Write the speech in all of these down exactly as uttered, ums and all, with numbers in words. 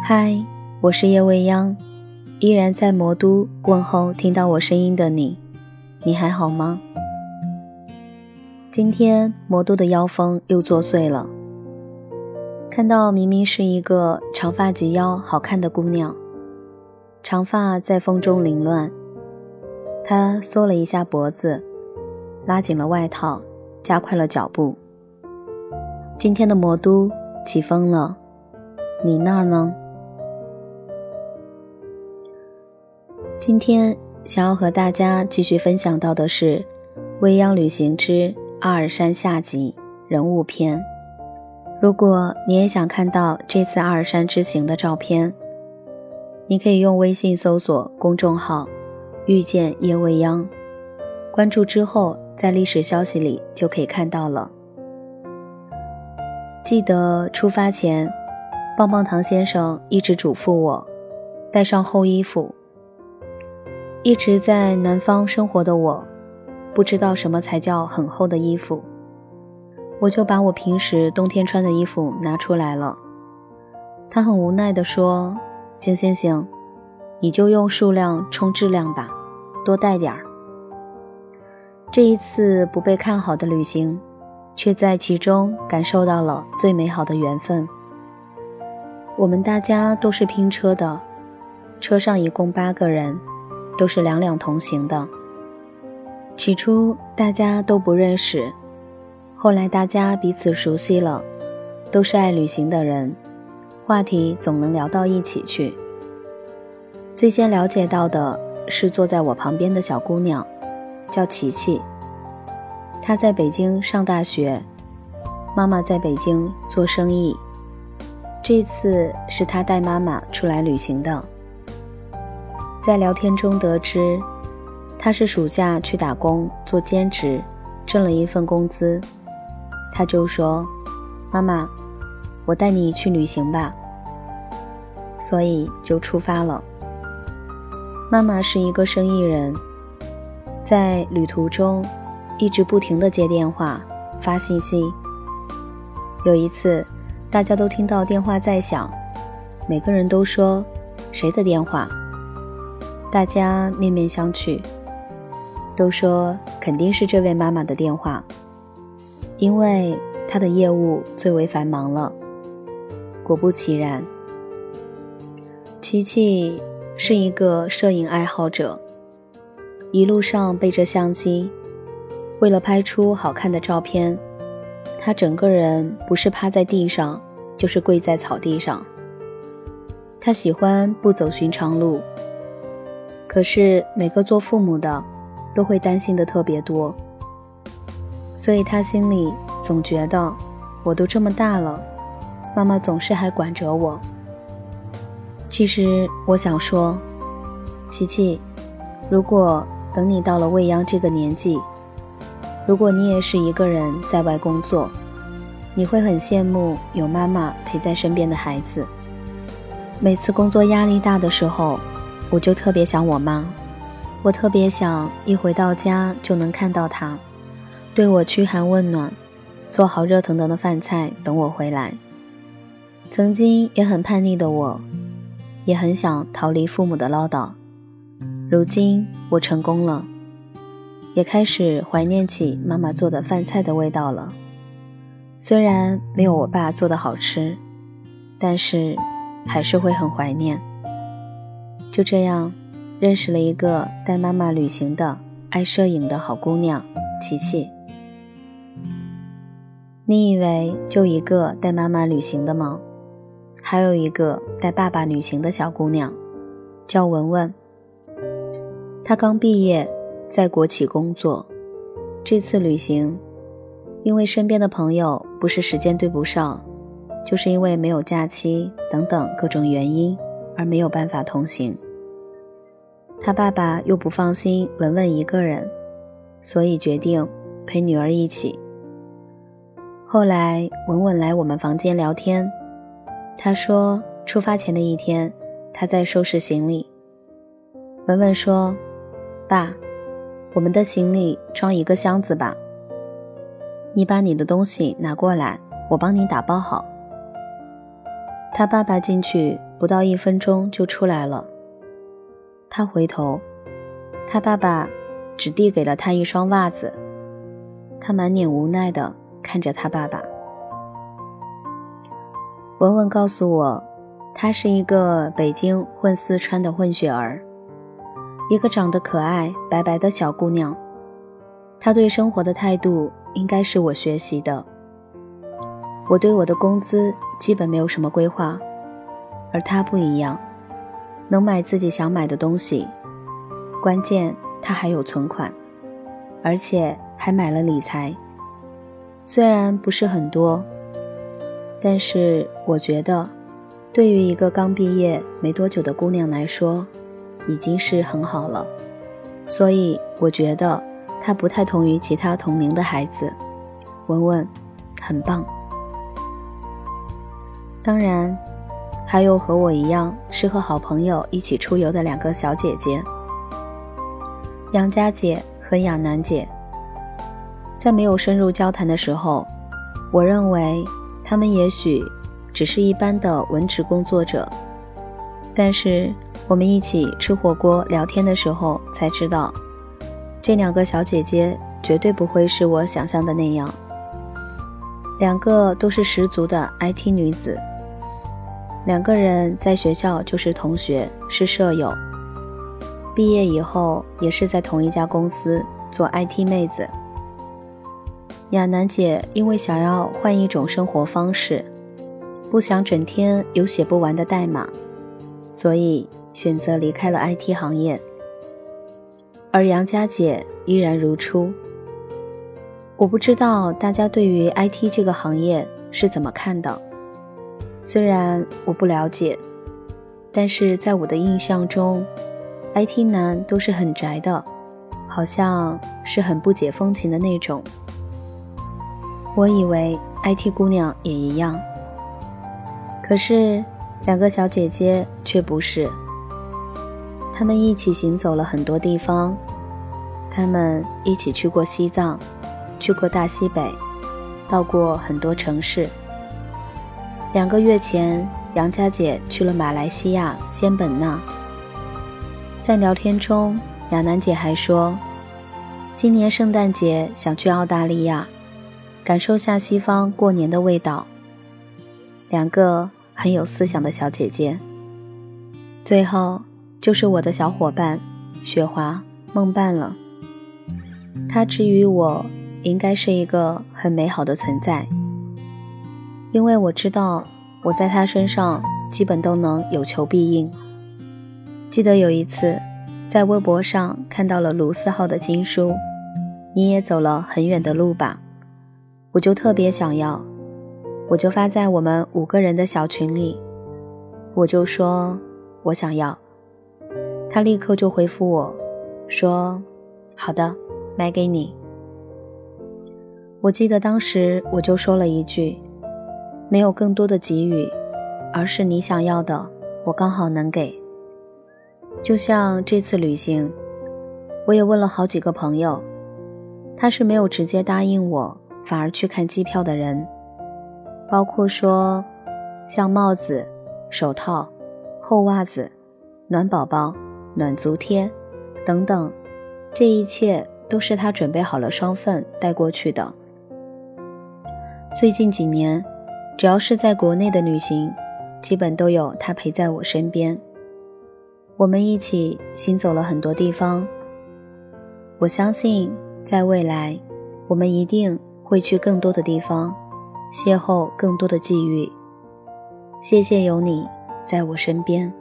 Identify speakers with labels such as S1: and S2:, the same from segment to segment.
S1: 嗨，我是叶未央，依然在魔都问候听到我声音的你，你还好吗？今天魔都的妖风又作祟了，看到明明是一个长发及腰好看的姑娘，长发在风中凌乱，她缩了一下脖子，拉紧了外套，加快了脚步。今天的魔都起风了，你那儿呢？今天想要和大家继续分享到的是未央旅行之阿尔山下集人物篇。如果你也想看到这次阿尔山之行的照片，你可以用微信搜索公众号遇见叶未央，关注之后在历史消息里就可以看到了。记得出发前，棒棒糖先生一直嘱咐我带上厚衣服。一直在南方生活的我，不知道什么才叫很厚的衣服，我就把我平时冬天穿的衣服拿出来了。他很无奈地说，行行行，你就用数量冲质量吧，多带点儿。这一次不被看好的旅行，却在其中感受到了最美好的缘分。我们大家都是拼车的，车上一共八个人，都是两两同行的。起初大家都不认识，后来大家彼此熟悉了，都是爱旅行的人，话题总能聊到一起去。最先了解到的是坐在我旁边的小姑娘，叫琪琪。她在北京上大学，妈妈在北京做生意。这次是她带妈妈出来旅行的。在聊天中得知，他是暑假去打工做兼职，挣了一份工资。他就说，妈妈，我带你去旅行吧。所以就出发了。妈妈是一个生意人，在旅途中一直不停地接电话发信息。有一次大家都听到电话在响，每个人都说，谁的电话？大家面面相觑，都说肯定是这位妈妈的电话，因为她的业务最为繁忙了。果不其然，琪琪是一个摄影爱好者，一路上背着相机，为了拍出好看的照片，她整个人不是趴在地上，就是跪在草地上。她喜欢不走寻常路，可是每个做父母的都会担心的特别多，所以他心里总觉得，我都这么大了，妈妈总是还管着我。其实我想说，琪琪，如果等你到了未央这个年纪，如果你也是一个人在外工作，你会很羡慕有妈妈陪在身边的孩子。每次工作压力大的时候，我就特别想我妈，我特别想一回到家就能看到她，对我嘘寒问暖，做好热腾腾的饭菜等我回来。曾经也很叛逆的我，也很想逃离父母的唠叨。如今我成功了，也开始怀念起妈妈做的饭菜的味道了。虽然没有我爸做的好吃，但是还是会很怀念。就这样认识了一个带妈妈旅行的爱摄影的好姑娘琪琪。你以为就一个带妈妈旅行的吗？还有一个带爸爸旅行的小姑娘，叫文文。她刚毕业，在国企工作。这次旅行，因为身边的朋友不是时间对不上，就是因为没有假期等等各种原因，而没有办法同行。他爸爸又不放心文文一个人，所以决定陪女儿一起。后来文文来我们房间聊天，他说出发前的一天他在收拾行李。文文说，爸，我们的行李装一个箱子吧，你把你的东西拿过来，我帮你打包好。他爸爸进去不到一分钟就出来了。他回头，他爸爸只递给了他一双袜子，他满脸无奈地看着他爸爸。文文告诉我，她是一个北京混四川的混血儿，一个长得可爱白白的小姑娘。她对生活的态度应该是我学习的。我对我的工资基本没有什么规划，而她不一样，能买自己想买的东西，关键她还有存款，而且还买了理财。虽然不是很多，但是我觉得对于一个刚毕业没多久的姑娘来说已经是很好了，所以我觉得她不太同于其他同龄的孩子。文文很棒。当然还有和我一样是和好朋友一起出游的两个小姐姐，杨佳姐和亚楠姐。在没有深入交谈的时候，我认为他们也许只是一般的文职工作者，但是我们一起吃火锅聊天的时候才知道，这两个小姐姐绝对不会是我想象的那样。两个都是十足的 I T 女子，两个人在学校就是同学，是舍友，毕业以后也是在同一家公司做 I T 妹子。亚楠姐因为想要换一种生活方式，不想整天有写不完的代码，所以选择离开了 I T 行业。而杨佳姐依然如初。我不知道大家对于 I T 这个行业是怎么看的，虽然我不了解，但是在我的印象中 I T 男都是很宅的，好像是很不解风情的那种。我以为 I T 姑娘也一样，可是两个小姐姐却不是。她们一起行走了很多地方，她们一起去过西藏，去过大西北，到过很多城市。两个月前，杨佳姐去了马来西亚仙本那。在聊天中，亚楠姐还说，今年圣诞节想去澳大利亚，感受下西方过年的味道。两个很有思想的小姐姐。最后就是我的小伙伴雪华梦伴了，她之于我应该是一个很美好的存在，因为我知道我在她身上基本都能有求必应。记得有一次在微博上看到了卢思浩的新书《你也走了很远的路吧》，我就特别想要，我就发在我们五个人的小群里，我就说我想要。他立刻就回复我说好的，买给你。我记得当时我就说了一句，没有更多的给予，而是你想要的我刚好能给。就像这次旅行，我也问了好几个朋友，他是没有直接答应我反而去看机票的人，包括说像帽子、手套、厚袜子、暖宝宝、暖足贴等等，这一切都是他准备好了双份带过去的。最近几年，只要是在国内的旅行，基本都有他陪在我身边。我们一起行走了很多地方，我相信在未来，我们一定会去更多的地方，邂逅更多的际遇。谢谢有你在我身边。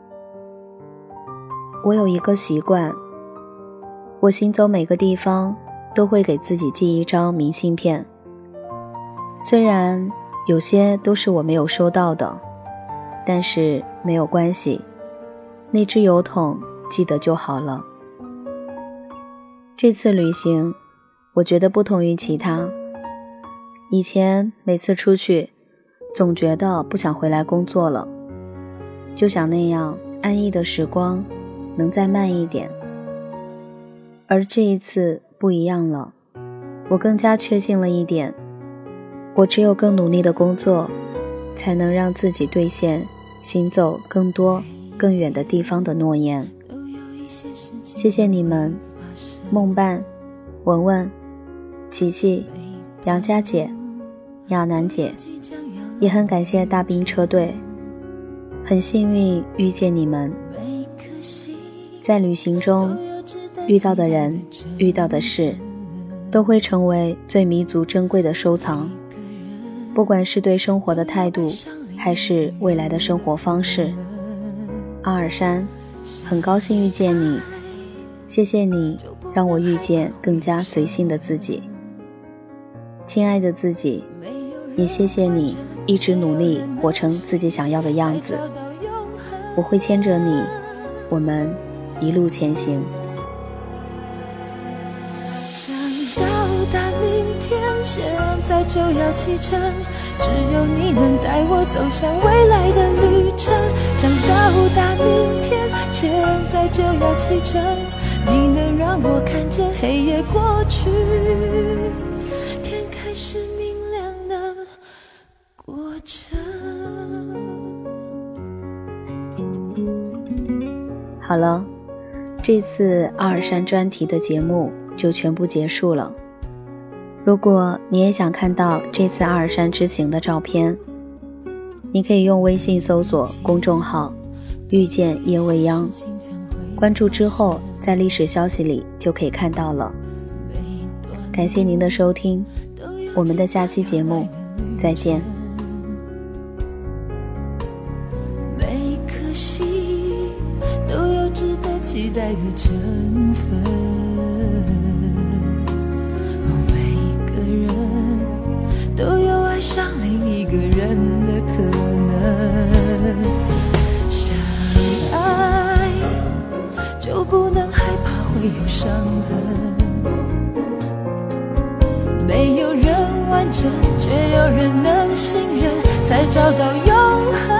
S1: 我有一个习惯，我行走每个地方都会给自己寄一张明信片，虽然有些都是我没有收到的，但是没有关系，那只邮筒记得就好了。这次旅行我觉得不同于其他，以前每次出去总觉得不想回来工作了，就想那样安逸的时光能再慢一点。而这一次不一样了，我更加确信了一点，我只有更努力的工作，才能让自己兑现行走更多更远的地方的诺言。谢谢你们，梦伴、文文、琪琪、杨佳姐、亚楠姐，也很感谢大兵车队，很幸运遇见你们。在旅行中遇到的人、遇到的事，都会成为最弥足珍贵的收藏。不管是对生活的态度，还是未来的生活方式。阿尔山，很高兴遇见你，谢谢你让我遇见更加随性的自己。亲爱的自己，也谢谢你一直努力活成自己想要的样子。我会牵着你，我们一路前行。
S2: 想到达明天，现在就要启程，只有你能带我走向未来的旅程。想到达明天，现在就要启程，你能让我看见黑夜过去，天开始明亮的过程。
S1: 好了，这次阿尔山专题的节目就全部结束了。如果你也想看到这次阿尔山之行的照片，你可以用微信搜索公众号遇见叶未央，关注之后在历史消息里就可以看到了。感谢您的收听，我们的下期节目再见。
S2: 每颗心都有值得期待的成分，每个人都有爱上另一个人的可能。相爱就不能害怕会有伤痕，没有人完整，却有人能信任，才找到永恒。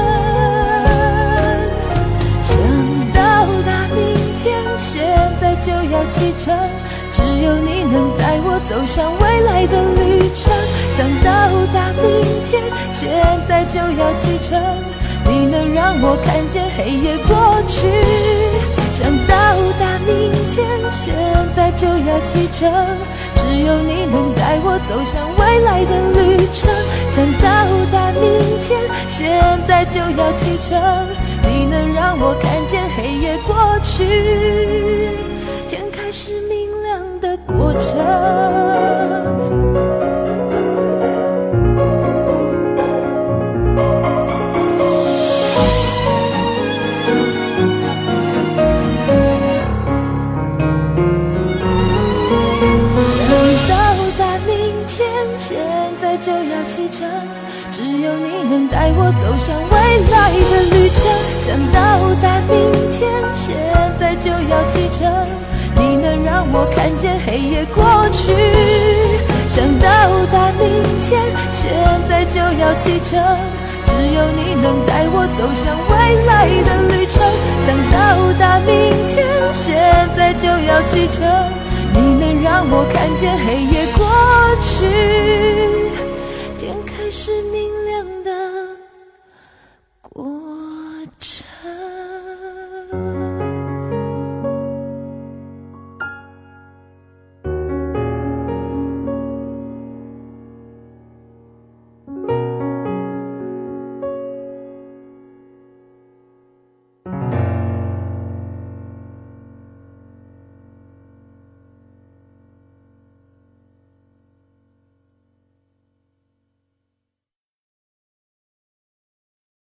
S2: 想到达明天，现在就要启程，只有你能带我走向未来的旅程。想到达明天，现在就要启程，你能让我看见黑夜过去。想到达明天，现在就要启程，只有你能带我走向未来的旅程。想到达明天，现在就要启程，你能让我看见黑夜过去，天开始明亮的过程。就要启程，只有你能带我走向未来的旅程。想到达明天，现在就要启程，你能让我看见黑夜过去。想到达明天，现在就要启程，只有你能带我走向未来的旅程。想到达明天，现在就要启程，你能让我看见黑夜过去。